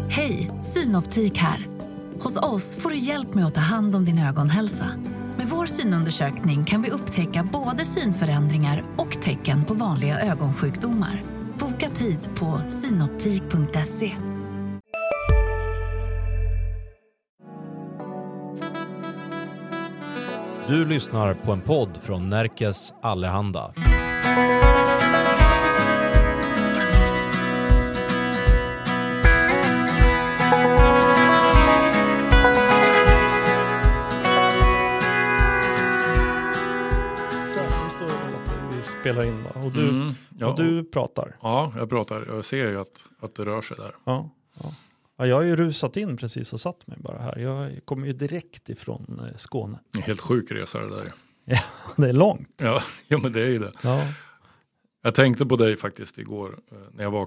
Hej, Synoptik här. Hos oss får du hjälp med att ta hand om din ögonhälsa. Med vår synundersökning kan vi upptäcka både synförändringar och tecken på vanliga ögonsjukdomar. Boka tid på synoptik.se. Du lyssnar på en podd från Närkes Allehanda. Spelar in va? Och du pratar. Ja, jag pratar. Jag ser ju att det rör sig där. Ja, jag har ju rusat in precis och satt mig bara här. Jag kommer ju direkt ifrån Skåne. En helt sjuk resa det där. Ja, det är långt. Ja, men det är ju det. Ja. Jag tänkte på dig faktiskt igår när jag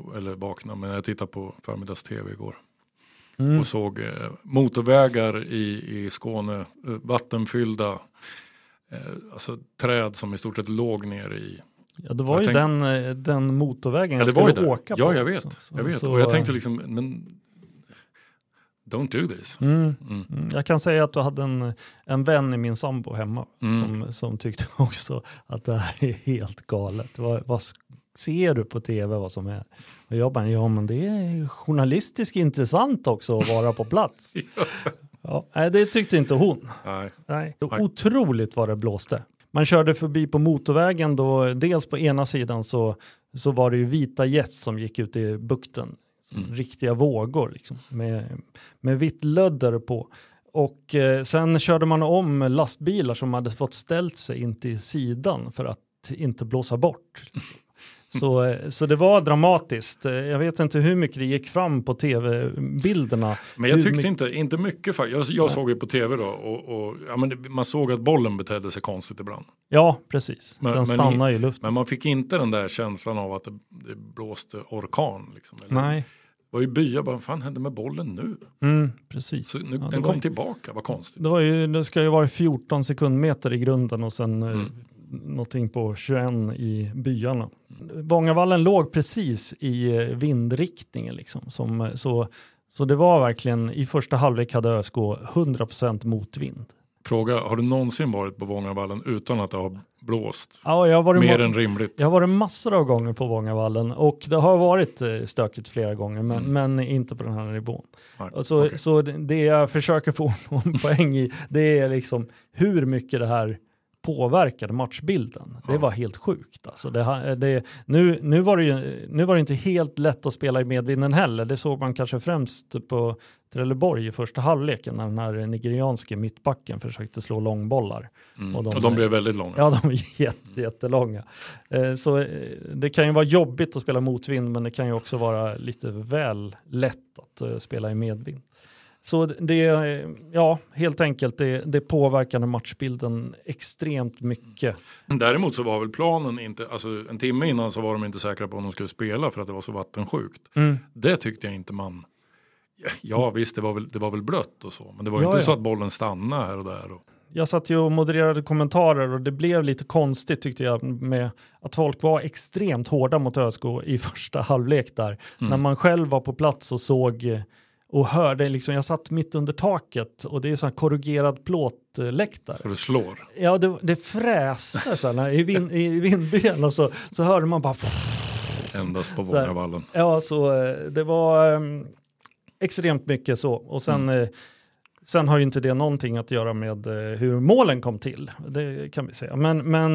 men jag tittade på förmiddags-tv igår. Och såg motorvägar i Skåne, vattenfyllda, alltså träd som i stort sett låg ner i. Ja, det var ju den motorvägen jag skulle åka på. Ja, jag vet. Så, och jag tänkte liksom, men don't do this. Jag kan säga att du hade en vän i min sambo hemma som tyckte också att det här är helt galet. Vad ser du på tv vad som är? Och jag bara, men det är journalistiskt intressant också att vara på plats. Ja, nej, det tyckte inte hon. Nej. Otroligt vad det blåste. Man körde förbi på motorvägen då, dels på ena sidan så var det ju vita jet som gick ut i bukten. Riktiga vågor liksom, med vitt lödder på. Och sen körde man om lastbilar som hade fått ställt sig in till sidan för att inte blåsa bort. Liksom. Så det var dramatiskt. Jag vet inte hur mycket det gick fram på tv-bilderna. Men jag tyckte inte mycket. Jag såg ju på tv då och man såg att bollen betedde sig konstigt ibland. Ja, precis. Den stannade i luften. Men man fick inte den där känslan av att det blåste orkan. Liksom, Nej. Det var ju byar, vad fan hände med bollen nu? Precis. Så den kom tillbaka, vad konstigt. Det ska ju vara 14 sekundmeter i grunden och sen någonting på 21 i byarna. Vångavallen låg precis i vindriktningen liksom. Så det var verkligen, i första halvlek hade ÖSK 100% motvind. Fråga, har du någonsin varit på Vångavallen utan att det har blåst? Ja, jag har varit mer än rimligt. Jag har varit massor av gånger på Vångavallen och det har varit stökigt flera gånger men inte på den här nivån. Så det jag försöker få en poäng i, det är liksom hur mycket det här påverkade matchbilden. Det var helt sjukt. Alltså nu var det inte helt lätt att spela i medvinden heller. Det såg man kanske främst på Trelleborg i första halvleken när den här nigerianske mittbacken försökte slå långbollar. Och de blev väldigt långa. Ja, de var jättelånga. Så det kan ju vara jobbigt att spela motvind men det kan ju också vara lite väl lätt att spela i medvind. Så helt enkelt det påverkade matchbilden extremt mycket. Däremot så var väl planen inte, alltså en timme innan så var de inte säkra på om de skulle spela för att det var så vattensjukt. Det tyckte jag inte man. Ja visst, det var väl blött och så, men det var inte så att bollen stannade här och där. Jag satt ju och modererade kommentarer och det blev lite konstigt tyckte jag med att folk var extremt hårda mot ÖSK i första halvlek där. När man själv var på plats och såg och hörde liksom, jag satt mitt under taket och det är sån här korrugerad plåtläktare. Så det slår? Ja, det fräste så här, i vindben och så hörde man bara endast på Vångavallen. Ja, så det var extremt mycket så. Och sen har ju inte det någonting att göra med hur målen kom till. Det kan vi säga. Men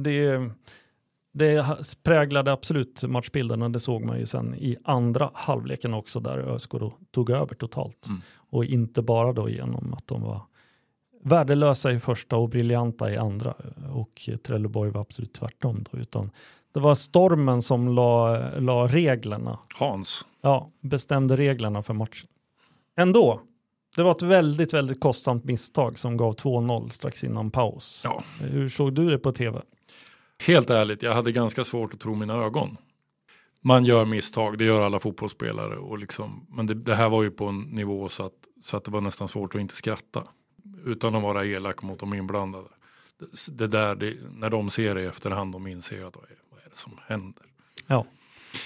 det präglade absolut matchbilden och det såg man ju sen i andra halvleken också där ÖSK då tog över totalt. Och inte bara då genom att de var värdelösa i första och briljanta i andra. Och Trelleborg var absolut tvärtom då, utan det var stormen som la reglerna. Hans. Ja, bestämde reglerna för matchen. Ändå, det var ett väldigt, väldigt kostsamt misstag som gav 2-0 strax innan paus. Ja. Hur såg du det på tv? Helt ärligt, jag hade ganska svårt att tro mina ögon. Man gör misstag, det gör alla fotbollsspelare. Och liksom, men det här var ju på en nivå så att det var nästan svårt att inte skratta. Utan att vara elak mot de inblandade. När de ser det i efterhand och inser att vad är det som händer. Ja.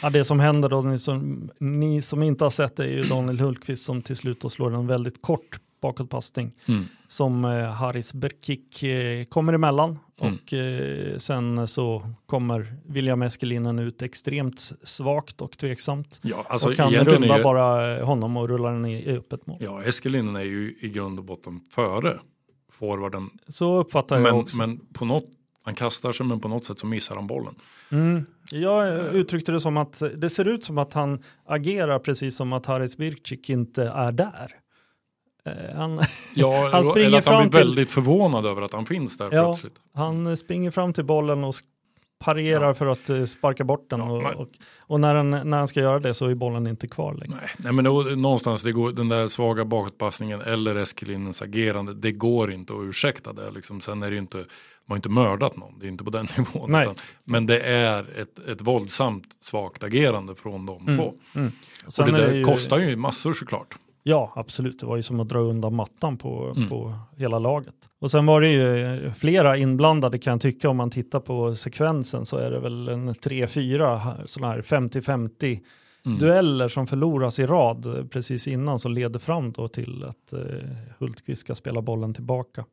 Ja, det som händer då, ni som inte har sett det, är ju Daniel Hultqvist som till slut då slår en väldigt kort bakåtpassning som Haris Berkik kommer emellan och sen så kommer William Eskelinen ut extremt svagt och tveksamt. Ja, alltså och kan runda bara honom och rulla den i öppet mål. Ja, Eskelinen är ju i grund och botten före forwarden. Så uppfattar jag också. Men på något, han kastar sig men på något sätt så missar han bollen. Jag uttryckte det som att det ser ut som att han agerar precis som att Haris Berkik inte är där. Han springer eller att fram han blir väldigt förvånad över att han finns där plötsligt. Han springer fram till bollen och parerar för att sparka bort den. Och när han ska göra det så är bollen inte kvar längre. Nej, men någonstans den där svaga bakåtpassningen eller Eskelinens agerande, det går inte att ursäkta det. Liksom. Sen är det ju inte, man har inte mördat någon, det är inte på den nivån. Men det är ett våldsamt svagt agerande från de två. Och det där kostar ju massor såklart. Ja, absolut. Det var ju som att dra undan mattan på hela laget. Och sen var det ju flera inblandade kan jag tycka. Om man tittar på sekvensen så är det väl en 3-4 sådana här 50-50 dueller som förloras i rad precis innan, som leder fram då till att Hultqvist ska spela bollen tillbaka.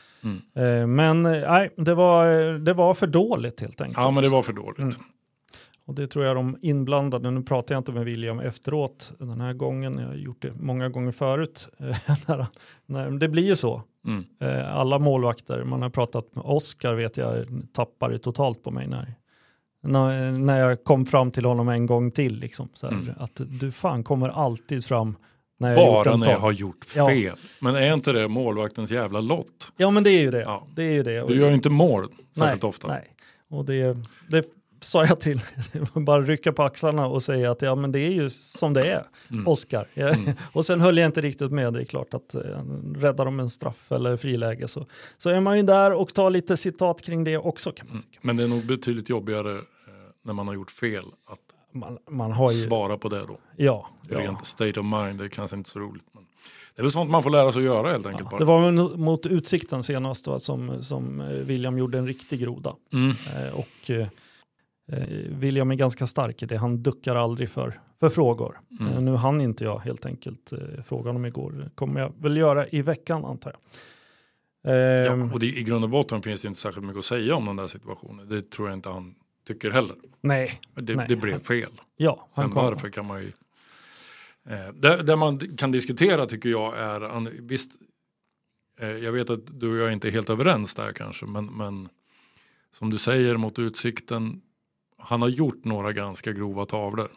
Men nej, det var för dåligt helt enkelt. Ja, men det var för dåligt. Och det tror jag de inblandade, nu pratar jag inte med William efteråt den här gången, jag har gjort det många gånger förut. Det blir ju så. Alla målvakter, man har pratat med Oskar, vet jag, tappar det totalt på mig när jag kom fram till honom en gång till. Liksom, så här, att du fan kommer alltid fram när jag bara när jag har gjort fel. Ja. Men är inte det målvaktens jävla lott? Ja, men det är ju det. Ja. Det är ju det. Du gör ju inte mål särskilt ofta. Nej, och det sa jag till. Bara rycka på axlarna och säga att ja, men det är ju som det är, Oskar. Och sen höll jag inte riktigt med. Det är klart att räddar de en straff eller friläge så är man ju där och tar lite citat kring det också, kan man tycka. Men det är nog betydligt jobbigare när man har gjort fel att man har ju svara på det då. Ja. Rent state of mind, det är kanske inte så roligt. Men det är väl sånt man får lära sig att göra helt enkelt. Bara. Det var mot Utsikten senast va, som William gjorde en riktig groda. Och William är ganska stark i det. Han duckar aldrig för frågor. Nu hann inte jag helt enkelt fråga honom igår. Kommer jag väl göra i veckan, antar jag. Ja, och i grund och botten finns det inte särskilt mycket att säga om den där situationen. Det tror jag inte han tycker heller. Nej. Det blev fel. Ja, sen varför kan man ju... Det man kan diskutera tycker jag är... Visst, jag vet att du och jag är inte helt överens där kanske. Men som du säger mot Utsikten... Han har gjort några ganska grova tavlor.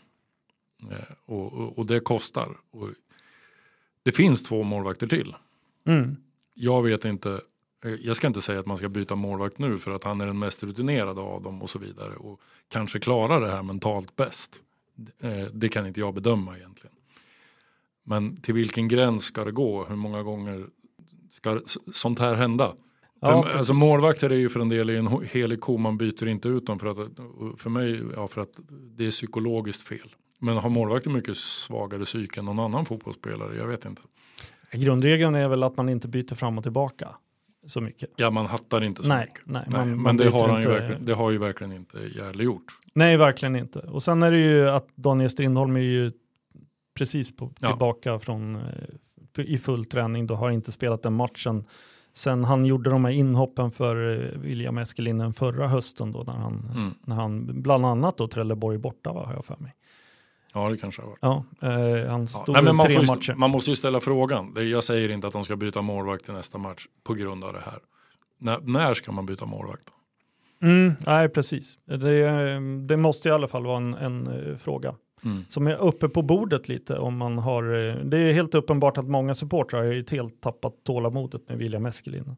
Och det kostar. Och det finns 2 målvakter till. Jag vet inte. Jag ska inte säga att man ska byta målvakt nu. För att han är den mest rutinerade av dem och så vidare. Och kanske klarar det här mentalt bäst. Det kan inte jag bedöma egentligen. Men till vilken gräns ska det gå? Hur många gånger ska sånt här hända? Ja, alltså målvakter är ju för en del en helig ko, man byter inte ut dem för mig, för att det är psykologiskt fel. Men har målvakter mycket svagare psyke än någon annan fotbollsspelare? Jag vet inte. Grundregeln är väl att man inte byter fram och tillbaka så mycket. Ja, man hattar inte så mycket. Nej, men det har ju verkligen inte Järle gjort. Nej, verkligen inte. Och sen är det ju att Daniel Strindholm är ju precis tillbaka i full träning. Då har inte spelat den matchen. Sen han gjorde de här inhoppen för William Eskelinen förra hösten då när han bland annat då Trelleborg borta har jag för mig. Ja, det kanske har varit. Ja, han stod men 3 matcher. Man måste ju ställa frågan. Jag säger inte att de ska byta målvakt till nästa match på grund av det här. När ska man byta målvakt då? Nej, precis. Det måste i alla fall vara en fråga. Som är uppe på bordet lite om man har... Det är helt uppenbart att många supportrar har ju helt tappat tålamodet med William Eskelinen.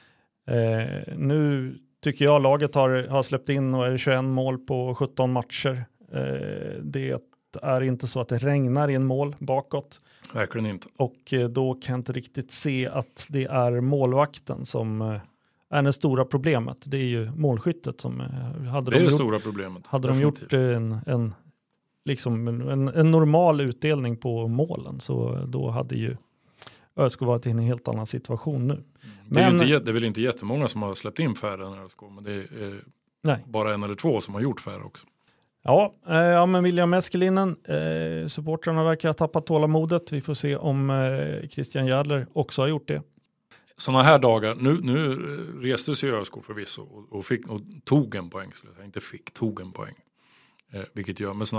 Nu tycker jag laget har släppt in och är 21 mål på 17 matcher. Det är inte så att det regnar i en mål bakåt. Verkligen inte. Och då kan jag inte riktigt se att det är målvakten som är det stora problemet. Det är ju målskyttet som stora problemet. Hade definitivt. De gjort en normal utdelning på målen så då hade ju ÖSK varit i en helt annan situation nu. Det är väl inte jättemånga som har släppt in färre än ÖSK, men det är bara 1 eller 2 som har gjort färre också. Ja, men William Eskelinen, supportrarna verkar ha tappat tålamodet. Vi får se om Christian Järdler också har gjort det. Sådana här dagar, nu reste sig ÖSK förvisso och tog en poäng. Tog en poäng. Vilket gör, men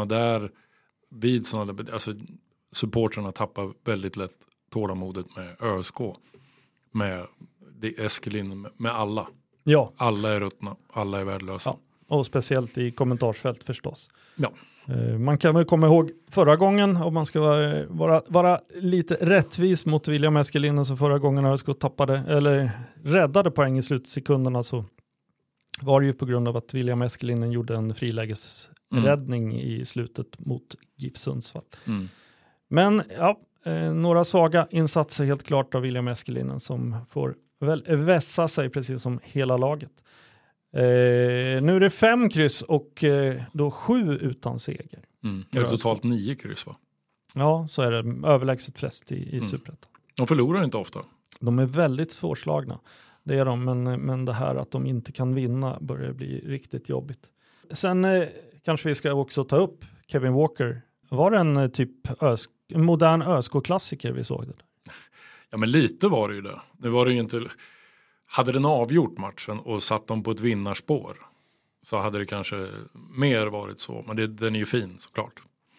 alltså supportrarna tappar väldigt lätt tålamodet med ÖSK. Med Eskelinen, med alla. Ja. Alla är ruttna, alla är värdelösa. Ja. Och speciellt i kommentarsfält förstås. Ja. Man kan väl komma ihåg förra gången, om man ska vara lite rättvis mot William Eskelinen, så förra gången ÖSK räddade poäng i slutsekunderna, så var det ju på grund av att William Eskelinen gjorde en frilägesräddning i slutet mot GIF Sundsvall. Men några svaga insatser helt klart av William Eskelinen, som får väl vässa sig precis som hela laget. Nu är det 5 kryss och då 7 utan seger. Det är totalt 9 kryss, va? Ja, så är det överlägset flest i Superettan. De förlorar inte ofta. De är väldigt svårslagna. Det är de, men det här att de inte kan vinna börjar bli riktigt jobbigt. Sen kanske vi ska också ta upp Kevin Walker. Var det en en modern ÖSK-klassiker vi såg det? Ja, men lite var det ju det. Det var det ju inte. Hade den avgjort matchen och satt dem på ett vinnarspår, så hade det kanske mer varit så. Men den är ju fin, såklart.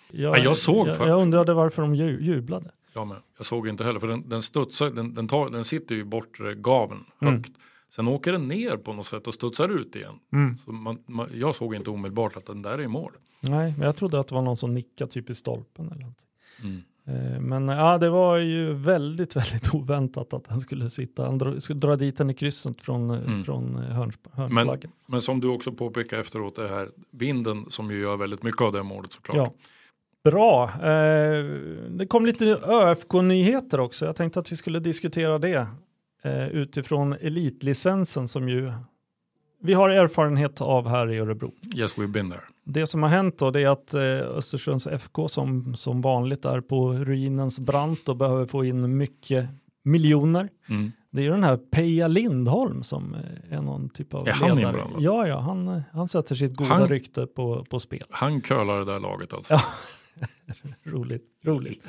Jag undrade varför de jublade. Ja, men jag såg inte heller, för den studsar, den sitter ju bort gaveln högt. Sen åker den ner på något sätt och studsar ut igen. Så jag såg inte omedelbart att den där är i mål. Nej, men jag trodde att det var någon som nickade typ i stolpen eller något. Men det var ju väldigt, väldigt oväntat att han skulle sitta. Han skulle dra dit den i krysset från hörnflaggen. Men som du också påpekar efteråt, det här vinden som ju gör väldigt mycket av det målet, såklart. Ja. Bra. Det kom lite ÖFK-nyheter också. Jag tänkte att vi skulle diskutera det utifrån elitlicensen, som ju vi har erfarenhet av här i Örebro. Yes, we've been there. Det som har hänt då, det är att Östersunds FK som vanligt är på ruinens brant och behöver få in mycket miljoner. Det är ju den här Peja Lindholm som är någon typ av ledare. Ja, han sätter sitt goda rykte på spel. Han curlar det där laget alltså. Ja. Roligt.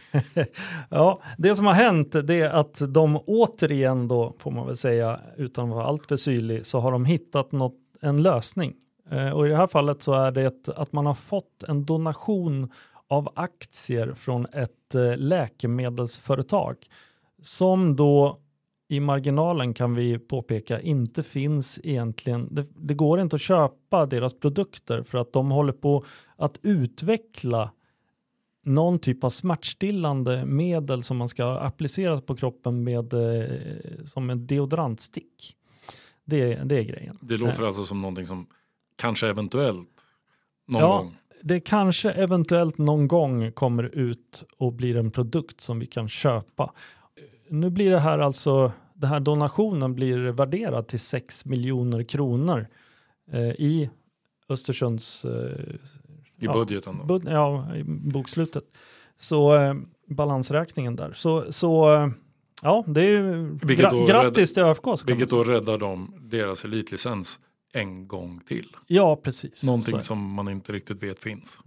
Ja, det som har hänt, det är att de återigen då, får man väl säga, utan att vara allt för syrlig, så har de hittat en lösning. Och i det här fallet så är det att man har fått en donation av aktier från ett läkemedelsföretag som då i marginalen, kan vi påpeka, inte finns egentligen. Det går inte att köpa deras produkter för att de håller på att utveckla någon typ av smärtstillande medel som man ska applicera på kroppen som en deodorantstick. Det är grejen. Det låter alltså som någonting som kanske eventuellt någon gång. Det kanske eventuellt någon gång kommer ut och blir en produkt som vi kan köpa. Nu blir det här alltså, den här donationen blir värderad till 6 miljoner kronor i Östersunds i budgeten då? I bokslutet. Så balansräkningen där. Så det är ju grattis till ÖFK. Vilket då räddar deras elitlicens en gång till. Ja, precis. Någonting som man inte riktigt vet finns.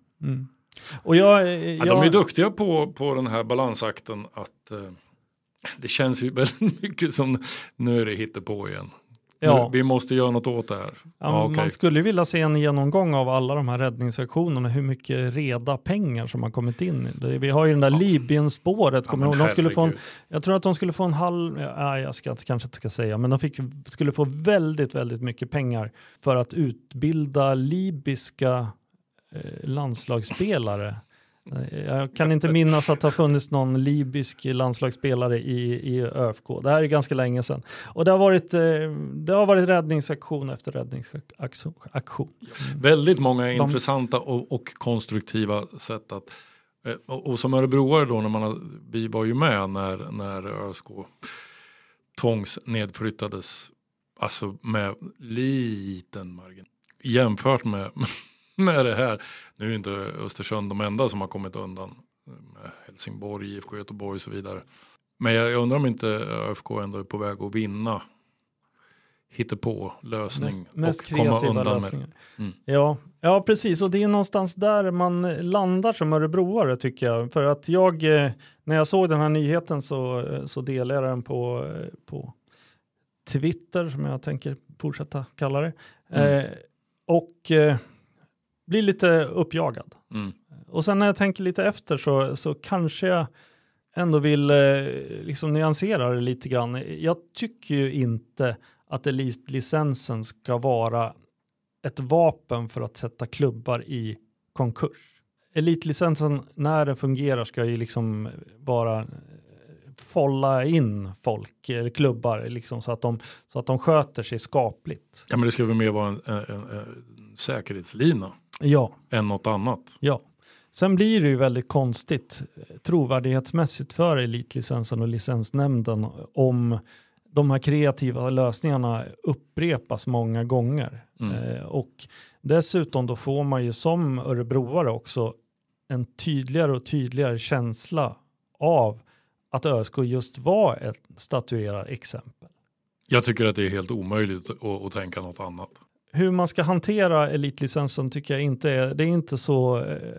Och de är duktiga på den här balansakten, att det känns ju väldigt mycket som nu är det hittepå igen. Ja. Vi måste göra något åt det här. Man skulle vilja se en genomgång av alla de här räddningsaktionerna, hur mycket reda pengar som har kommit in. Vi har ju den där Libyen-spåret. Jag tror att de skulle få en halv, kanske inte ska säga, men de skulle få väldigt, väldigt mycket pengar för att utbilda libyska landslagsspelare. Jag kan inte minnas att det har funnits någon libysk landslagsspelare i ÖFK. Det här är ganska länge sedan. Och det har varit räddningsaktion efter räddningsaktion. Väldigt många intressanta och konstruktiva sätt att, och som örebroare då, vi var ju med när ÖSK tvångsnedflyttades, alltså med liten margin jämfört med det här. Nu är inte Östersund de enda som har kommit undan, med Helsingborg, IFK Göteborg och så vidare. Men jag undrar om inte ÖFK ändå är på väg att vinna hittepå-lösning mest och komma kreativa undan lösningar. med det. Ja, precis. Och det är någonstans där man landar som örebroare tycker jag. För att när jag såg den här nyheten så delade jag den på Twitter, som jag tänker fortsätta kalla det. Och blir lite uppjagad. Och sen när jag tänker lite efter så kanske jag ändå vill liksom nyansera det lite grann. Jag tycker ju inte att elitlicensen ska vara ett vapen för att sätta klubbar i konkurs. Elitlicensen, när det fungerar, ska ju liksom bara folla in folk eller klubbar liksom, så att de sköter sig skapligt. Ja, men det ska väl mer vara en säkerhetslina än något annat. Ja. Sen blir det ju väldigt konstigt trovärdighetsmässigt för elitlicensen och licensnämnden om de här kreativa lösningarna upprepas många gånger. Och dessutom då får man ju som örebroare också en tydligare och tydligare känsla av att ÖSK just var ett statuerat exempel. Jag tycker att det är helt omöjligt att tänka något annat. Hur man ska hantera elitlicensen tycker jag inte det är inte så...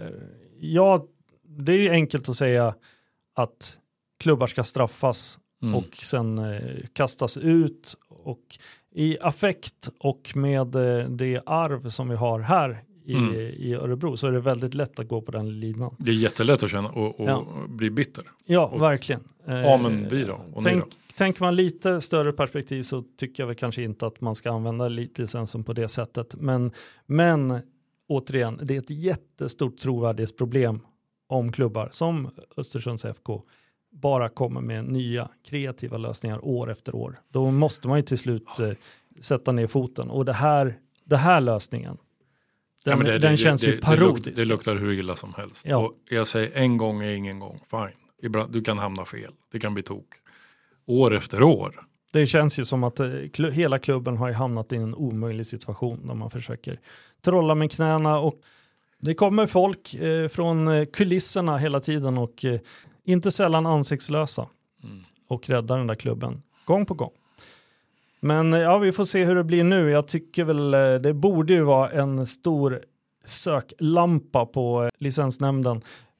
det är ju enkelt att säga att klubbar ska straffas och sen kastas ut, och i affekt och med det arv som vi har här i Örebro så är det väldigt lätt att gå på den linan. Det är jättelätt att känna och bli bitter. Ja, verkligen. Men vi då? Och tänker man lite större perspektiv så tycker jag väl kanske inte att man ska använda elitlicensen på det sättet. Men återigen, det är ett jättestort trovärdighetsproblem om klubbar som Östersunds FK bara kommer med nya kreativa lösningar år efter år. Då måste man ju till slut sätta ner foten. Och det här lösningen, den känns ju parodisk. Det luktar hur illa som helst. Ja. Och jag säger en gång är ingen gång. Fine. Du kan hamna fel. Det kan bli tok. År efter år. Det känns ju som att hela klubben har hamnat i en omöjlig situation när man försöker trolla med knäna. Och det kommer folk från kulisserna hela tiden och inte sällan ansiktslösa och räddar den där klubben gång på gång. Men vi får se hur det blir nu. Jag tycker väl det borde ju vara en stor söklampa på licensnämnden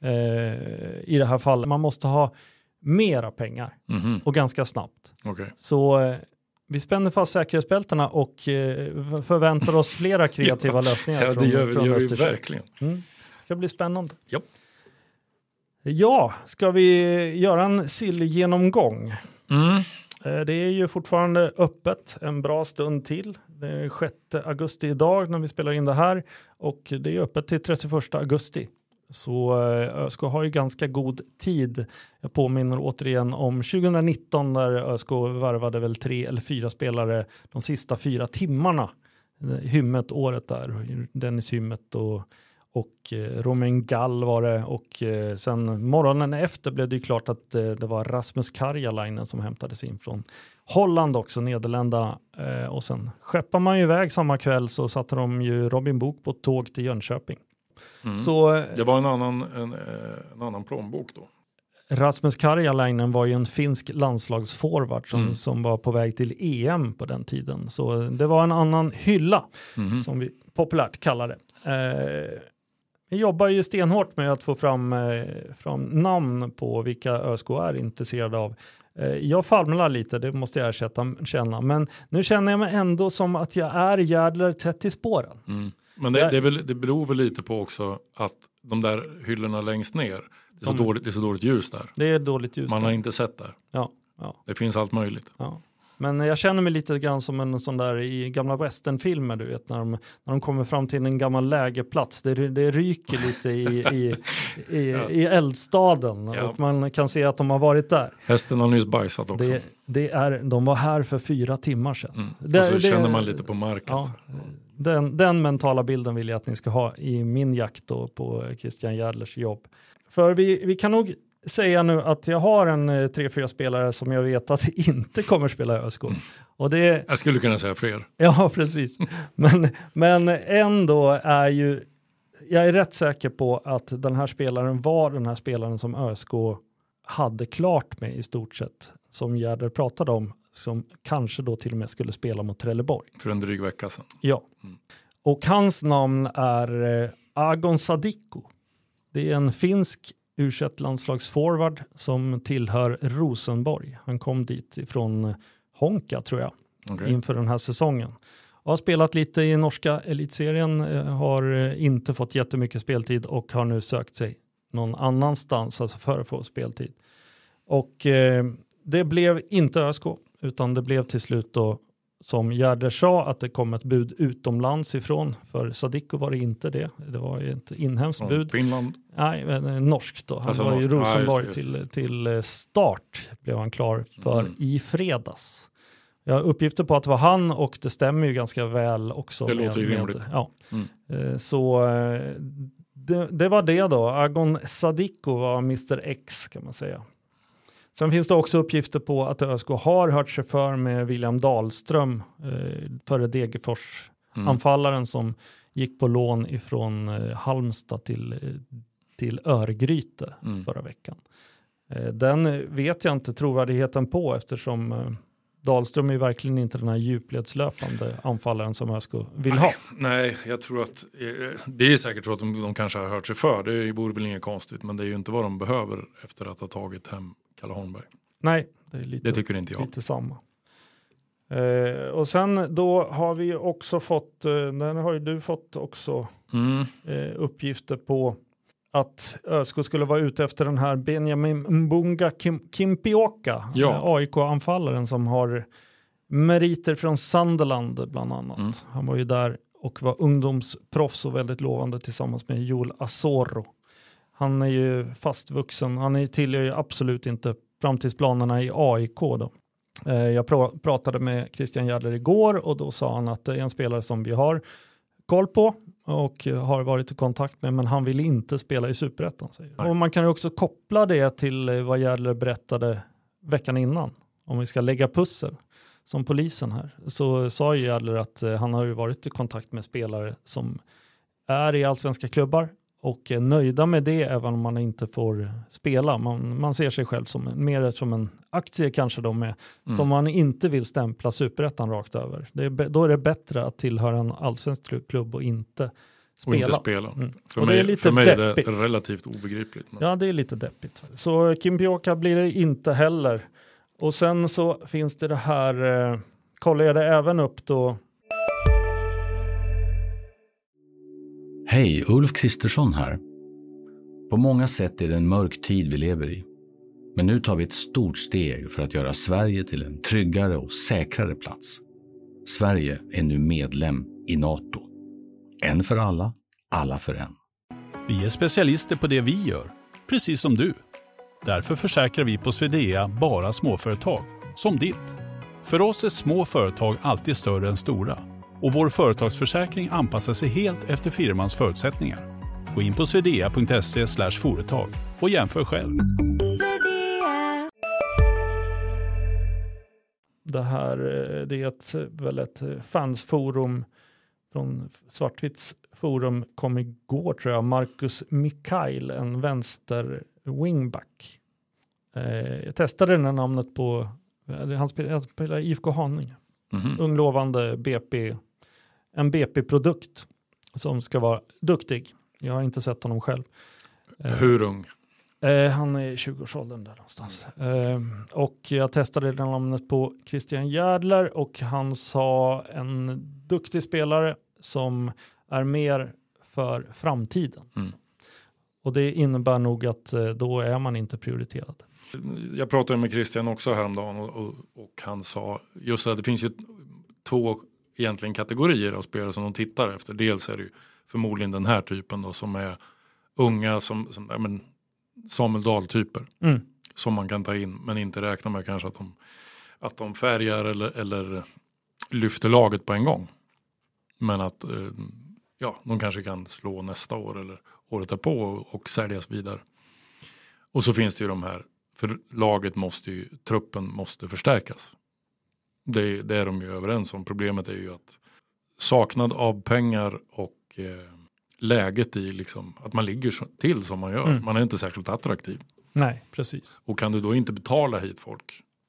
i det här fallet. Man måste ha mera pengar och ganska snabbt. Okay. Så vi spänner fast säkerhetsbälterna och förväntar oss flera kreativa lösningar. Ja, det gör vi verkligen. Det ska bli spännande. Ja. Ja, ska vi göra en sillgenomgång? Det är ju fortfarande öppet en bra stund till. Det är 6 augusti idag när vi spelar in det här. Och det är öppet till 31 augusti. Så ÖSK har ju ganska god tid. Jag påminner återigen om 2019 där ÖSK värvade väl 3 eller 4 spelare de sista 4 timmarna. Hymmet året där. Dennis Hymmet och Romain Gall var det, och sen morgonen efter blev det ju klart att det var Rasmus Karjalainen som hämtades in från Holland också, Nederländerna, och sen skeppar man ju iväg samma kväll, så satte de ju Robin Book på tåg till Jönköping. Så, det var en annan plånbok då. Rasmus Karjalainen var ju en finsk landslagsforward som var på väg till EM på den tiden, så det var en annan hylla som vi populärt kallar det. Vi jobbar ju stenhårt med att få fram namn på vilka ÖSK är intresserade av. Jag famlar lite, det måste jag erkänna. Men nu känner jag mig ändå som att jag är jävlar tätt i spåren. Men det beror väl lite på också att de där hyllorna längst ner, det är så dåligt ljus där. Det är dåligt ljus. Man har inte sett där. Ja. Det finns allt möjligt. Ja. Men jag känner mig lite grann som en sån där i gamla westernfilmer, du vet, när de kommer fram till en gammal lägerplats. Det ryker lite i eldstaden och man kan se att de har varit där. Hästen har nyss bajsat också. De var här för 4 timmar sedan. Och så känner man lite på marken. Ja, den mentala bilden vill jag att ni ska ha i min jakt då på Christian Järdlers jobb. För vi kan nog säga nu att jag har en 3-4 spelare som jag vet att inte kommer spela i ÖSK. Och jag skulle kunna säga fler. Ja, precis. Men ändå är ju, jag är rätt säker på att den här spelaren var den här spelaren som ÖSK hade klart med i stort sett, som Gärder pratade om, som kanske då till och med skulle spela mot Trelleborg. För en dryg vecka sedan. Ja. Och hans namn är Agon Sadikko. Det är en finsk U21-landslagsforward som tillhör Rosenborg. Han kom dit ifrån Honka tror jag inför den här säsongen. Har spelat lite i norska elitserien, har inte fått jättemycket speltid och har nu sökt sig någon annanstans alltså för att få speltid. Och det blev inte ÖSK utan det blev till slut då som Gärder sa att det kom ett bud utomlands ifrån. För Sadikko var det inte det. Det var ett inhemskt bud. Finland? Nej, norskt då. Han alltså var i Rosenborg just. till start blev han klar för i fredags. Jag har uppgifter på att det var han och det stämmer ju ganska väl också. Det låter ju rimligt. Ja. Så det var det då. Agon Sadikko var Mr. X kan man säga. Sen finns det också uppgifter på att ÖSK har hört sig för med William Dahlström, före Degerfors anfallaren som gick på lån ifrån Halmstad till Örgryte förra veckan. Den vet jag inte trovärdigheten på eftersom Dahlström är verkligen inte den här djupledslöpande anfallaren som ÖSK vill ha. Nej, jag tror att det är säkert så att de kanske har hört sig för. Det vore väl inget konstigt, men det är ju inte vad de behöver efter att ha tagit hem Kalle Holmberg. Nej, det tycker inte jag. Lite samma. Och sen då har vi också fått, den har ju du fått också uppgifter på att ÖSK skulle vara ute efter den här Benjamin Mbunga Kimpioka, AIK-anfallaren som har meriter från Sunderland bland annat. Han var ju där och var ungdomsproffs och väldigt lovande tillsammans med Joel Asoro. Han är ju fastvuxen, han tillhör ju absolut inte framtidsplanerna i AIK då. Jag pratade med Christian Gärder igår och då sa han att det är en spelare som vi har koll på och har varit i kontakt med, men han vill inte spela i Superettan. Och man kan ju också koppla det till vad Gärder berättade veckan innan. Om vi ska lägga pussel som polisen här. Så sa Gärder att han har ju varit i kontakt med spelare som är i allsvenska klubbar och är nöjda med det även om man inte får spela. Man ser sig själv som mer som en aktie kanske då med, som man inte vill stämpla Superettan rakt över. Då är det bättre att tillhöra en allsvensk klubb och inte spela. För mig är det relativt obegripligt. Men... Ja, det är lite deppigt. Så Kimpioka blir det inte heller. Och sen så finns det här, kollar jag det även upp då. Hej, Ulf Kristersson här. På många sätt är det en mörk tid vi lever i. Men nu tar vi ett stort steg för att göra Sverige till en tryggare och säkrare plats. Sverige är nu medlem i NATO. En för alla, alla för en. Vi är specialister på det vi gör, precis som du. Därför försäkrar vi på Swedea bara småföretag, som ditt. För oss är små företag alltid större än stora. Och vår företagsförsäkring anpassar sig helt efter firmans förutsättningar. Gå in på swedea.se/företag och jämför själv. Det här det är väl ett fansforum från Svartvits forum kom igår tror jag. Marcus Mikael, en vänster wingback. Jag testade den här namnet på, han spelar IFK Haninge. Unglovande BP, en BP-produkt som ska vara duktig. Jag har inte sett honom själv. Hur ung? Han är i 20-årsåldern där någonstans. Och jag testade det namnet på Christian Gärder och han sa en duktig spelare som är mer för framtiden. Och det innebär nog att då är man inte prioriterad. Jag pratade med Christian också häromdagen och han sa just att det finns ju två egentligen kategorier av spelare som de tittar efter. Dels är det ju förmodligen den här typen då som är unga som Samuel Dahl-typer som man kan ta in men inte räkna med kanske att de färgar eller lyfter laget på en gång. Men att de kanske kan slå nästa år eller året därpå och säljas vidare. Och så finns det ju de här, för laget truppen måste förstärkas. Det är de ju överens om. Problemet är ju att saknad av pengar och läget i liksom, att man ligger till som man gör. Man är inte särskilt attraktiv. Nej, precis. Och kan du då inte betala hit folk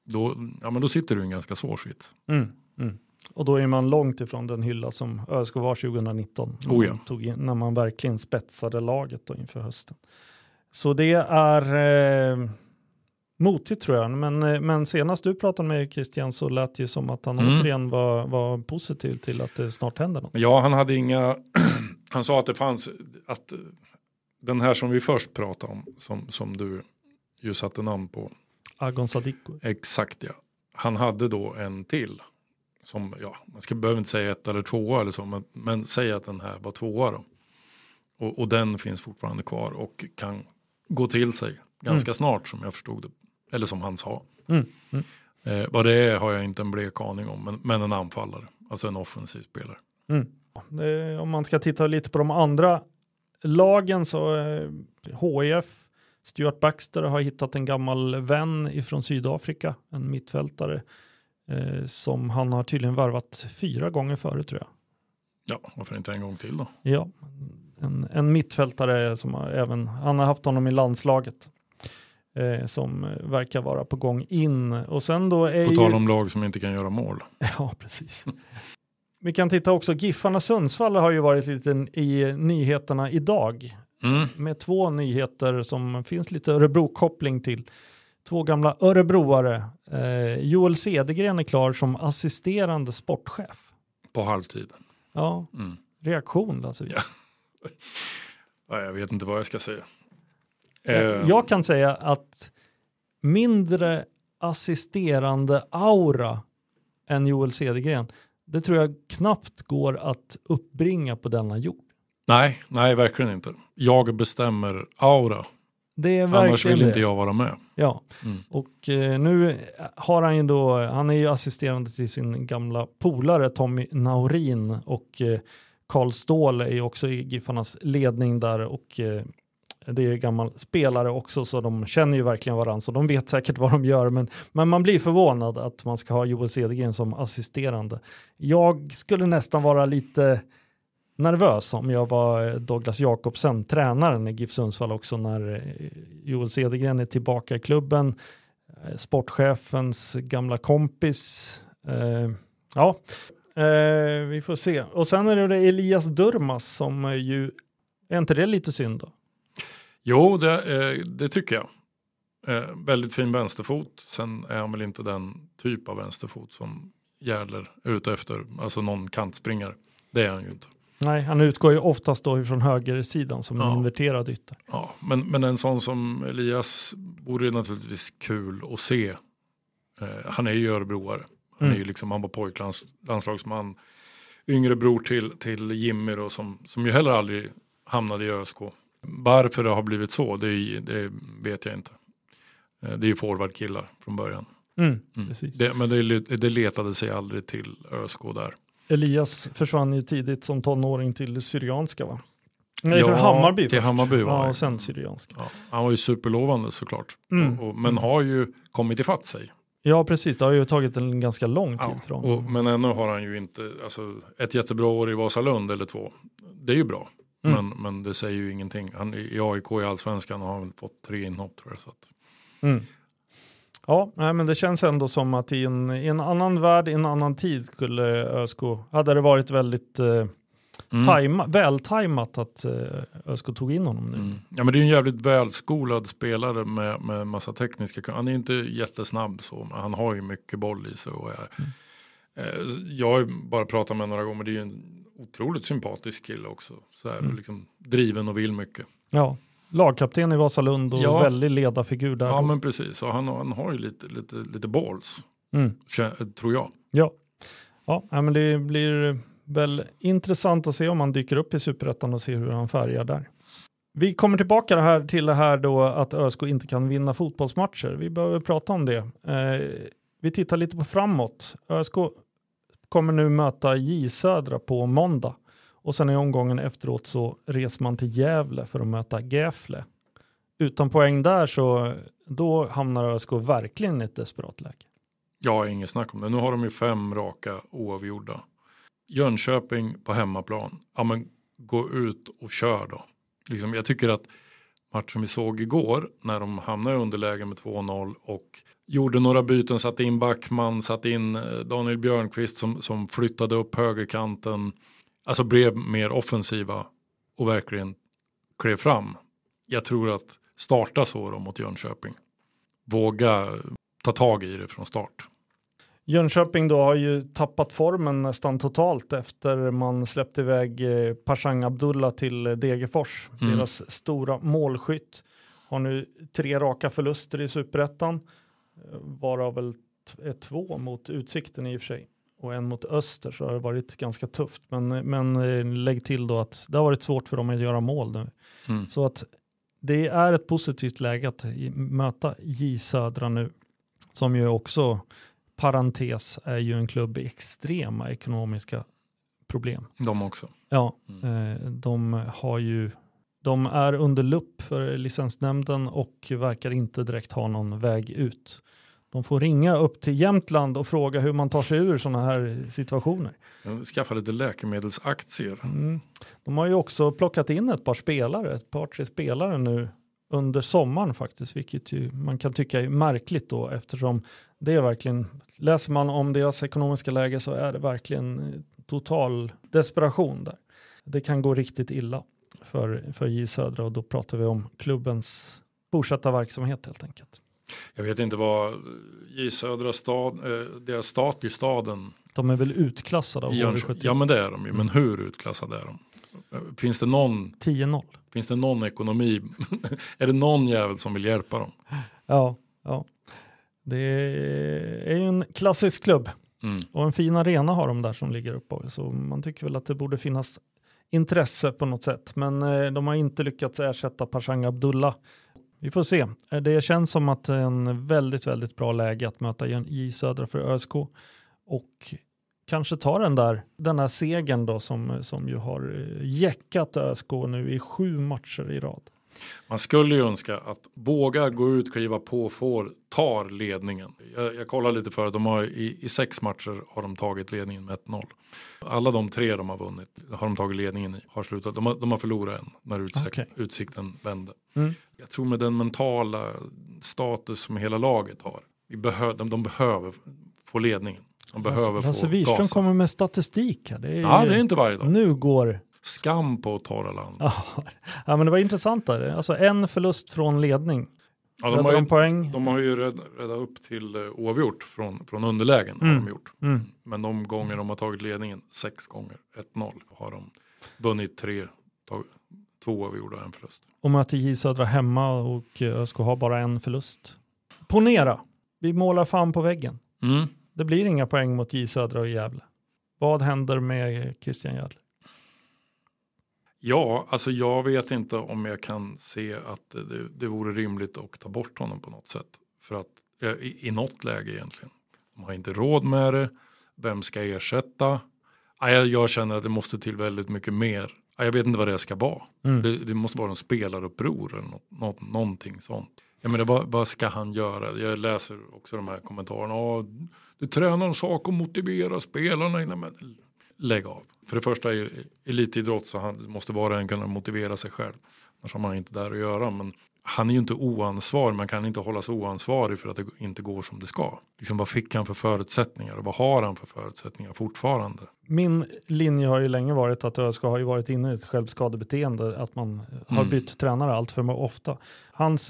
då sitter du i en ganska svår sits. Och då är man långt ifrån den hylla som ÖSK var 2019. När man verkligen spetsade laget då inför hösten. Så det är motigt tror jag. Men senast du pratade med Christian så lät det ju som att han återigen var positiv till att det snart händer något. Ja, han hade han sa att det fanns, att den här som vi först pratade om, som du ju satte namn på. Agon Sadiko. Exakt, ja. Han hade då en till. Som, man behöver inte säga 1 eller 2 eller så, men säga att den här var 2 då. Och den finns fortfarande kvar och kan gå till sig ganska snart som jag förstod det. Eller som han sa. Vad det är har jag inte en blek aning om, men en anfallare. Alltså en offensiv spelare. Om man ska titta lite på de andra lagen så HIF, Stuart Baxter har hittat en gammal vän ifrån Sydafrika, en mittfältare som han har tydligen värvat 4 gånger förut tror jag. Ja, varför inte en gång till då? Ja, en mittfältare som han har haft honom i landslaget som verkar vara på gång in. Och sen då är på tal om lag som inte kan göra mål. Ja, precis. Vi kan titta också, Giffarna Sundsvall har ju varit lite i nyheterna idag. Med 2 nyheter som finns lite Örebro-koppling till. 2 gamla örebroare. Joel Cedergren är klar som assisterande sportchef. På halvtid. Ja, reaktion alltså. Ja, jag vet inte vad jag ska säga. Jag kan säga att mindre assisterande aura än Joel Cedergren, det tror jag knappt går att uppbringa på denna jord. Nej, verkligen inte. Jag bestämmer aura. Det är annars vill inte jag vara med. Ja, och nu har han ju då, han är ju assisterande till sin gamla polare Tommy Naurin och Karl Ståhl är ju också i Giffarnas ledning där och det är ju gammal spelare också så de känner ju verkligen varandra så de vet säkert vad de gör men man blir förvånad att man ska ha Joel Cedergren som assisterande. Jag skulle nästan vara lite nervös om jag var Douglas Jakobsen, tränaren i GIF Sundsvall också när Joel Cedergren är tillbaka i klubben. Sportchefens gamla kompis. Vi får se. Och sen är det Elias Durmas som ju, är inte det lite synd då? Jo, det tycker jag. Väldigt fin vänsterfot. Sen är han väl inte den typ av vänsterfot som Järler ute efter. Alltså någon kantspringare. Det är han ju inte. Nej, han utgår ju oftast då från högersidan som en inverterad ytter. Ja, men en sån som Elias vore naturligtvis kul att se. Han är ju örebroare. Han är ju liksom, han var pojklandslagsman. Yngre bror till Jimmy då, som ju heller aldrig hamnade i ÖSK. Varför det har blivit så, det vet jag inte. Det är ju forwardkillar från början. Precis. Men det letade sig aldrig till ÖSK där. Elias försvann ju tidigt som tonåring till Syrianska va? Nej, från Hammarby först. Till Hammarby var ja, och sen Syrianska. Ja, han var ju superlovande såklart. Men har ju kommit ifatt sig. Ja, precis. Det har ju tagit en ganska lång tid från. Men ännu har han ju inte, alltså ett jättebra år i Vasalund eller 2. Det är ju bra. Men det säger ju ingenting. Han i AIK i Allsvenskan har han fått 3 inhopp tror jag. Så att. Ja, men det känns ändå som att i en annan värld, i en annan tid skulle ÖSK, hade det varit väldigt vältajmat att ÖSK tog in honom nu. Ja, men det är en jävligt välskolad spelare med massa tekniska. Han är inte jättesnabb så, men han har ju mycket boll i sig. Och jag har bara pratat med några gånger, men det är ju en otroligt sympatisk kille också. Så här, liksom driven och vill mycket. Ja. Lagkapten i Vasalund och väldigt ledarfigur där. Ja, men precis. Och han har ju lite balls, tror jag. Ja, men det blir väl intressant att se om han dyker upp i Superettan och se hur han färgar där. Vi kommer tillbaka till det här då att ÖSK inte kan vinna fotbollsmatcher. Vi behöver prata om det. Vi tittar lite på framåt. ÖSK kommer nu möta J Södra på måndag. Och sen i omgången efteråt så reser man till Gävle för att möta Gefle. Utan poäng där så då hamnar ÖSK verkligen i ett desperat läge. Ja, inget snack om det. Nu har de ju 5 raka oavgjorda. Jönköping på hemmaplan. Ja, men gå ut och kör då. Liksom, jag tycker att matchen vi såg igår när de hamnade i underläge med 2-0 och gjorde några byten, satte in Backman, satte in Daniel Björnqvist som flyttade upp högerkanten. Alltså blev mer offensiva och verkligen klev fram. Jag tror att starta så då mot Jönköping. Våga ta tag i det från start. Jönköping då har ju tappat formen nästan totalt efter man släppte iväg Pashang Abdullah till Degerfors. Deras stora målskytt har nu 3 raka förluster i Superettan. Varav väl 2 mot Utsikten i och för sig. Och en mot Öster, så har det varit ganska tufft. Men lägg till då att det har varit svårt för dem att göra mål nu. Så att det är ett positivt läge att möta J Södra nu. Som ju också, parentes, är ju en klubb i extrema ekonomiska problem. De också. Ja, de är under lupp för licensnämnden och verkar inte direkt ha någon väg ut. De får ringa upp till Jämtland och fråga hur man tar sig ur sådana här situationer. Skaffa lite läkemedelsaktier. De har ju också plockat in ett par 3 spelare nu under sommaren faktiskt, vilket ju man kan tycka är märkligt då, eftersom det är verkligen, läser man om deras ekonomiska läge så är det verkligen total desperation där. Det kan gå riktigt illa för J Södra, och då pratar vi om klubbens fortsatta verksamhet helt enkelt. Jag vet inte vad J Södra deras stat i staden. De är väl utklassade av HV71? Ja, men det är de ju. Men hur utklassade är de? Finns det någon 10-0? Finns det någon ekonomi? Är det någon jävel som vill hjälpa dem? Ja. Det är ju en klassisk klubb. Och en fin arena har de där som ligger uppe. Så man tycker väl att det borde finnas intresse på något sätt. Men de har inte lyckats ersätta Pashang Abdullah. Vi får se. Det känns som att det är en väldigt, väldigt bra läge att möta J Södra för ÖSK. Och kanske ta den här segern då som ju har jäckat ÖSK nu i 7 matcher i rad. Man skulle ju önska att våga gå ut, kliva på, tar ledningen. Jag kollar lite för, de har i 6 matcher har de tagit ledningen med 1-0. Alla de 3 de har vunnit har de tagit ledningen i, har slutat. De har förlorat en när Utsikten vände. Jag tror med den mentala status som hela laget har, de behöver få ledningen. De behöver Lasse få Wirström gasa. kommer med statistik här. Det är inte varje dag. Nu går skam på torra land. Ja, men det var intressant där. Alltså en förlust från ledning. Ja, de har ju räddat upp till oavgjort från underlägen har de gjort. Men de gånger de har tagit ledningen 6 gånger 1-0 har de vunnit 2 oavgjorda och 1 förlust. Och möter J Södra hemma och ska ha bara 1 förlust. Ponera, vi målar fan på väggen. Det blir inga poäng mot J Södra och Gävle. Vad händer med Christian Järdler? Ja, alltså jag vet inte om jag kan se att det vore rimligt att ta bort honom på något sätt. För att i något läge egentligen. De har inte råd med det. Vem ska ersätta? Jag känner att det måste till väldigt mycket mer. Jag vet inte vad det ska vara. Det måste vara en spelaruppror eller någonting sånt. Jag menar, vad ska han göra? Jag läser också de här kommentarerna. Du tränar en sak och motivera spelarna. Men lägg av. För det första är elitidrott så måste vara en kunna motivera sig själv. Annars har man inte där att göra. Men han är ju inte oansvarig. Man kan inte hålla sig oansvarig för att det inte går som det ska. Liksom, vad fick han för förutsättningar? Och vad har han för förutsättningar fortfarande? Min linje har ju länge varit att ÖSK har ju varit inne i ett självskadebeteende. Att man har bytt tränare allt för ofta. Hans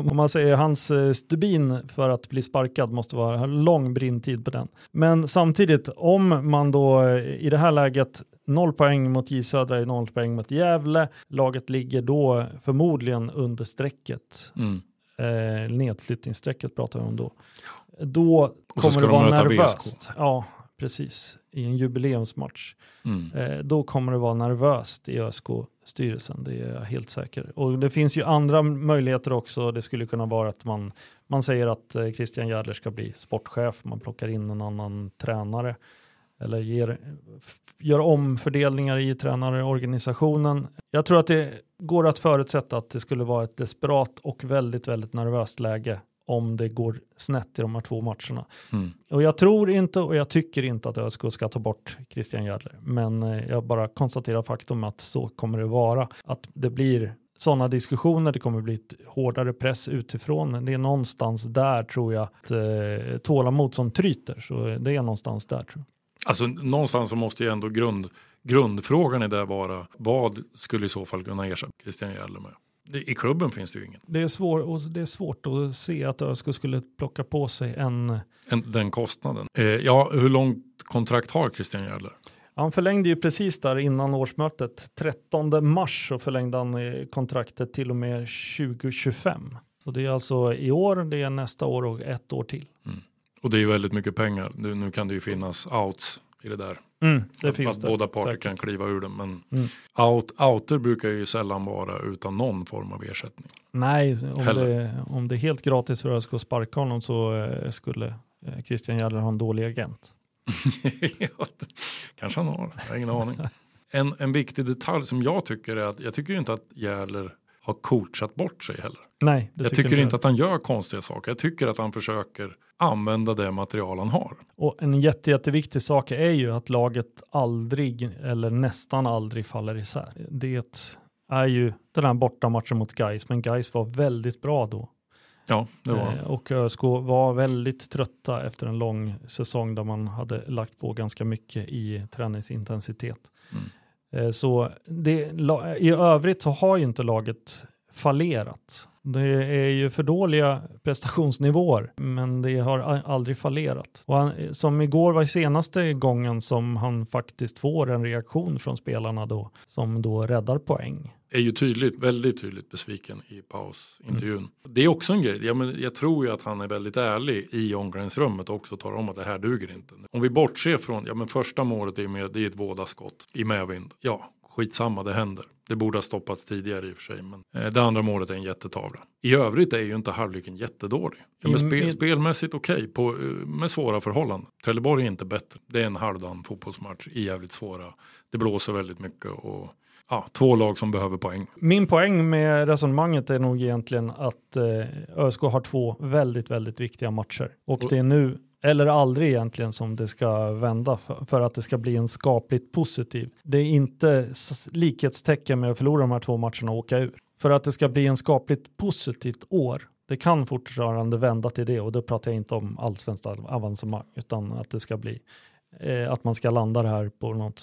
stubin för att bli sparkad måste vara lång brintid på den. Men samtidigt, om man då i det här läget 0 poäng mot J Södra, 0 poäng mot Gävle. Laget ligger då förmodligen under strecket. Nedflyttningsstrecket pratar vi om då. Då kommer det vara nervöst. Ja, precis. I en jubileumsmatch. Då kommer det vara nervöst i ÖSK-styrelsen. Det är jag helt säker. Och det finns ju andra möjligheter också. Det skulle kunna vara att man säger att Christian Järdler ska bli sportchef. Man plockar in en annan tränare. Eller gör omfördelningar i tränarorganisationen. Jag tror att det går att förutsätta att det skulle vara ett desperat och väldigt, väldigt nervöst läge om det går snett i de här 2 matcherna. Och jag tror inte och jag tycker inte att ÖSK ska ta bort Christian Järdler. Men jag bara konstaterar faktum att så kommer det vara. Att det blir sådana diskussioner, det kommer bli ett hårdare press utifrån. Det är någonstans där tror jag att tålamod som tryter, så det är någonstans där tror jag. Alltså någonstans så måste ju ändå grundfrågan i det vara, vad skulle i så fall kunna ersätta Christian Järdler med? I klubben finns det ju ingen. Det är svårt att se att ÖSK skulle plocka på sig den kostnaden. Hur långt kontrakt har Christian Järdler? Han förlängde ju precis där innan årsmötet. 13 mars så förlängde han kontraktet till och med 2025. Så det är alltså i år, det är nästa år och ett år till. Mm. Och det är ju väldigt mycket pengar. Nu kan det ju finnas outs i det där. Det finns att det. båda parter Säkert. kan kliva ur det. Men outer brukar ju sällan vara utan någon form av ersättning. Nej, om det är helt gratis för ÖSK att sparka honom så skulle Christian Järdler ha en dålig agent. Kanske han har, jag har ingen aning. En viktig detalj som jag tycker är att jag tycker ju inte att Järdler har coachat bort sig heller. Nej, jag tycker inte att han gör konstiga saker. Jag tycker att han försöker använda det material han har. Och en jätteviktig sak är ju att laget aldrig eller nästan aldrig faller isär. Det är ju den här bortamatchen mot Gais, men Gais var väldigt bra då. Ja, det var. Och ÖSK var väldigt trötta efter en lång säsong där man hade lagt på ganska mycket i träningsintensitet. Så i övrigt så har ju inte laget fallerat. Det är ju för dåliga prestationsnivåer, men det har aldrig fallerat. Och som igår var senaste gången som han faktiskt får en reaktion från spelarna då, som då räddar poäng. Är ju väldigt tydligt besviken i pausintervjun. Det är också en grej. Jag tror ju att han är väldigt ärlig i omklädningsrummet och också tar om att det här duger inte. Om vi bortser från, första målet det är ett vådaskott i medvind. Ja, skitsamma, det händer. Det borde ha stoppats tidigare i och för sig. Men det andra målet är en jättetavla. I övrigt är ju inte halvleken jättedålig. Spelmässigt okej, med svåra förhållanden. Trelleborg är inte bättre. Det är en halvdan fotbollsmatch i jävligt svåra. Det blåser väldigt mycket och två lag som behöver poäng. Min poäng med resonemanget är nog egentligen att ÖSK har 2 väldigt, väldigt viktiga matcher. Och det är nu eller aldrig egentligen som det ska vända för att det ska bli en skapligt positiv. Det är inte likhetstecken med att förlora de här 2 matcherna och åka ur. För att det ska bli en skapligt positivt år. Det kan fortfarande vända till det, och då pratar jag inte om allsvenskt avancemang utan att det ska bli att man ska landa det här på något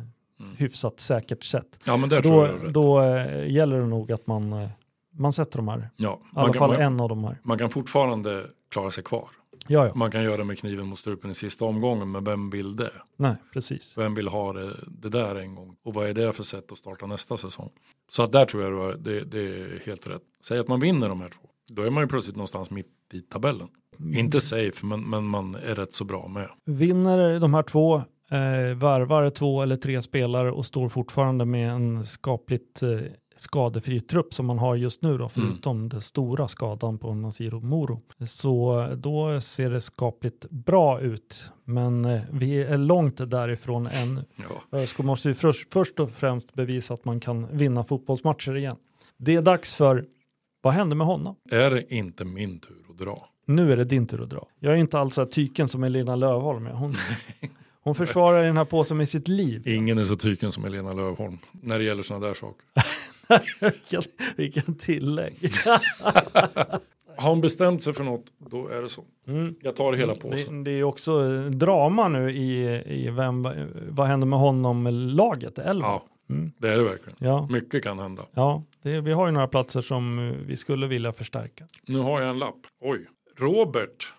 hyfsat säkert sätt. Ja, men då gäller det nog att man sätter de här. Ja, i alla fall en av de här. Man kan fortfarande klara sig kvar. Ja. Man kan göra det med kniven mot strupen i sista omgången, men vem vill det? Nej, precis. Vem vill ha det där en gång? Och vad är det för sätt att starta nästa säsong? Så att där tror jag det är helt rätt. Säg att man vinner de här 2. Då är man ju plötsligt någonstans mitt i tabellen. Inte safe, men man är rätt så bra med. Vinner de här 2, värvar 2 eller 3 spelare och står fortfarande med en skapligt skadefri trupp som man har just nu då, förutom den stora skadan på Nasiro Moro. Så då ser det skapligt bra ut, men vi är långt därifrån än. ÖSK måste ju först och främst bevisa att man kan vinna fotbollsmatcher igen. Det är dags för, vad händer med honom? Är det inte min tur att dra? Nu är det din tur att dra. Jag är inte alls så tyken som Elina Lövholm. Hon försvarar den här påsen med sitt liv. Ingen är så tyken som Elina Lövholm när det gäller sådana där saker. Vilken tillägg. Har hon bestämt sig för något, då är det så. Jag tar hela påsen. Det är också drama nu i vad händer med honom med laget? Eller? Ja, det är det verkligen. Ja. Mycket kan hända. Ja, vi har ju några platser som vi skulle vilja förstärka. Nu har jag en lapp. Oj. Robert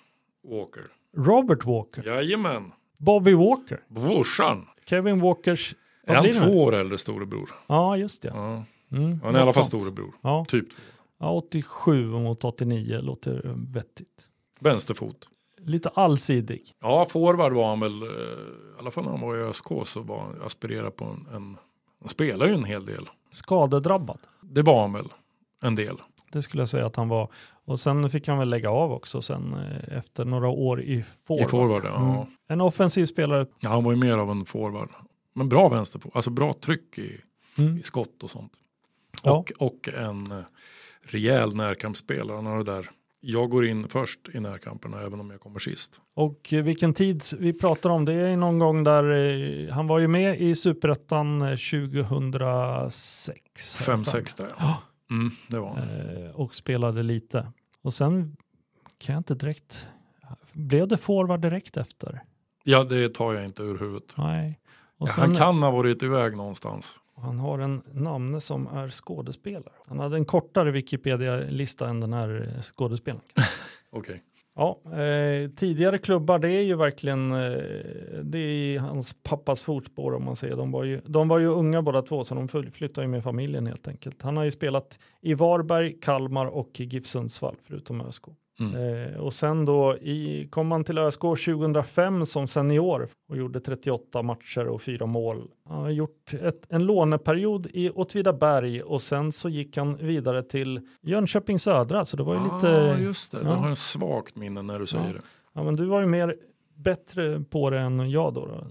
Walker. Jajamän. Bobby Walker. Brorsan. Kevin Walkers. Är han 2 år äldre storebror? Ja, just det. Ja. Han är i alla fall storebror. Ja. Typ 2. Ja, 87 mot 89 låter vettigt. Vänsterfot. Lite allsidig. Ja, forward var han väl. I alla fall när han var i ÖSK så var han aspirerad på han spelar ju en hel del. Skadedrabbad. Det var han väl en del. Det skulle jag säga att han var. Och sen fick han väl lägga av också sen efter några år i forward. I forward, ja. En offensiv spelare. Ja, han var ju mer av en forward. Men bra vänsterfot. Alltså bra tryck i skott och sånt. Ja. Och en rejäl närkampsspelare. Han har det där. Jag går in först i närkamperna även om jag kommer sist. Och vilken tid vi pratar om, det är någon gång där han var ju med i Superettan 2006. 5-6 där. Ja, Det var han. Och spelade lite. Och sen kan jag inte direkt... Blev det forward direkt efter? Ja, det tar jag inte ur huvudet. Nej. Och Ja, sen, han kan ha varit iväg någonstans. han har en namn som är skådespelare. Han hade en kortare Wikipedia-lista än den här skådespelaren. Okej. Ja, tidigare klubbar, det är ju verkligen det är i hans pappas fotspår om man säger. De var ju unga båda två, så de flyttade ju med familjen helt enkelt. Han har ju spelat i Varberg, Kalmar och GIF Sundsvall förutom ÖSK. Och sen då kom han till ÖSK 2005 som senior och gjorde 38 matcher och 4 mål. Han har gjort en låneperiod i Åtvidaberg och sen så gick han vidare till Jönköping Södra, så det var ju lite... just det. Den har en svagt minne när du säger det. Ja, men du var ju bättre på det än jag då.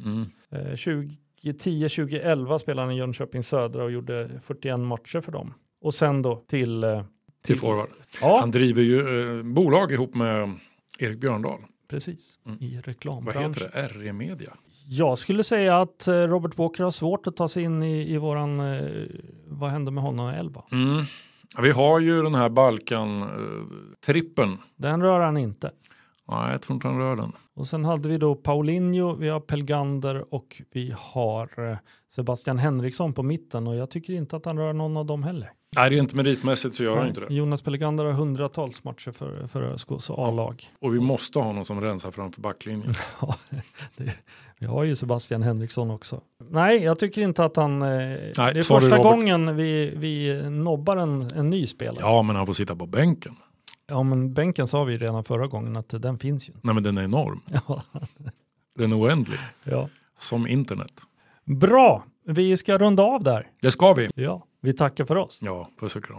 2010-2011 spelade han i Jönköping Södra och gjorde 41 matcher för dem. Och sen då till forward. Ja. Han driver ju bolag ihop med Erik Björndal. Precis, i reklambranschen. Vad heter det? RE Media. Jag skulle säga att Robert Walker har svårt att ta sig in i våran vad hände med honom 11. Ja, vi har ju den här Balkan-trippen. Den rör han inte. Nej, jag tror inte han rör den. Och sen hade vi då Paulinho, vi har Pelgander och vi har Sebastian Henriksson på mitten. Och jag tycker inte att han rör någon av dem heller. Nej, det är inte meritmässigt så gör han inte det. Jonas Pelgander har 100-tals matcher för ÖSKs A-lag. Och vi måste ha någon som rensar framför backlinjen. Ja, vi har ju Sebastian Henriksson också. Nej, jag tycker inte att han... det är första gången vi nobbar en ny spelare. Ja, men han får sitta på bänken. Ja, men bänken sa vi redan förra gången att den finns ju. Nej, men den är enorm. Ja. Den är oändlig. Ja. Som internet. Bra, vi ska runda av där. Det ska vi. Ja, vi tackar för oss. Ja, puss och kram.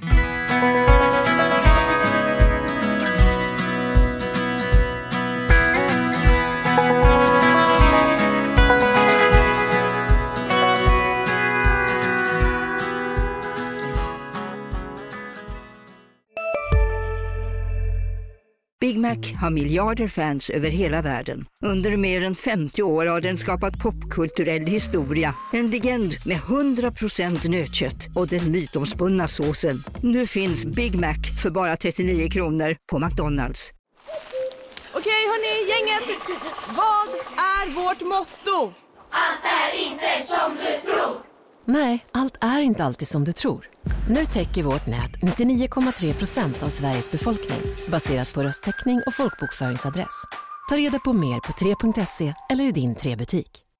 Big Mac har miljarder fans över hela världen. Under mer än 50 år har den skapat popkulturell historia. En legend med 100% nötkött och den mytomspunna såsen. Nu finns Big Mac för bara 39 kronor på McDonald's. Okej hörni, gänget. Vad är vårt motto? Allt är inte som du tror. Nej, allt är inte alltid som du tror. Nu täcker vårt nät 99,3% av Sveriges befolkning baserat på röstteckning och folkbokföringsadress. Ta reda på mer på 3.se eller i din 3-butik.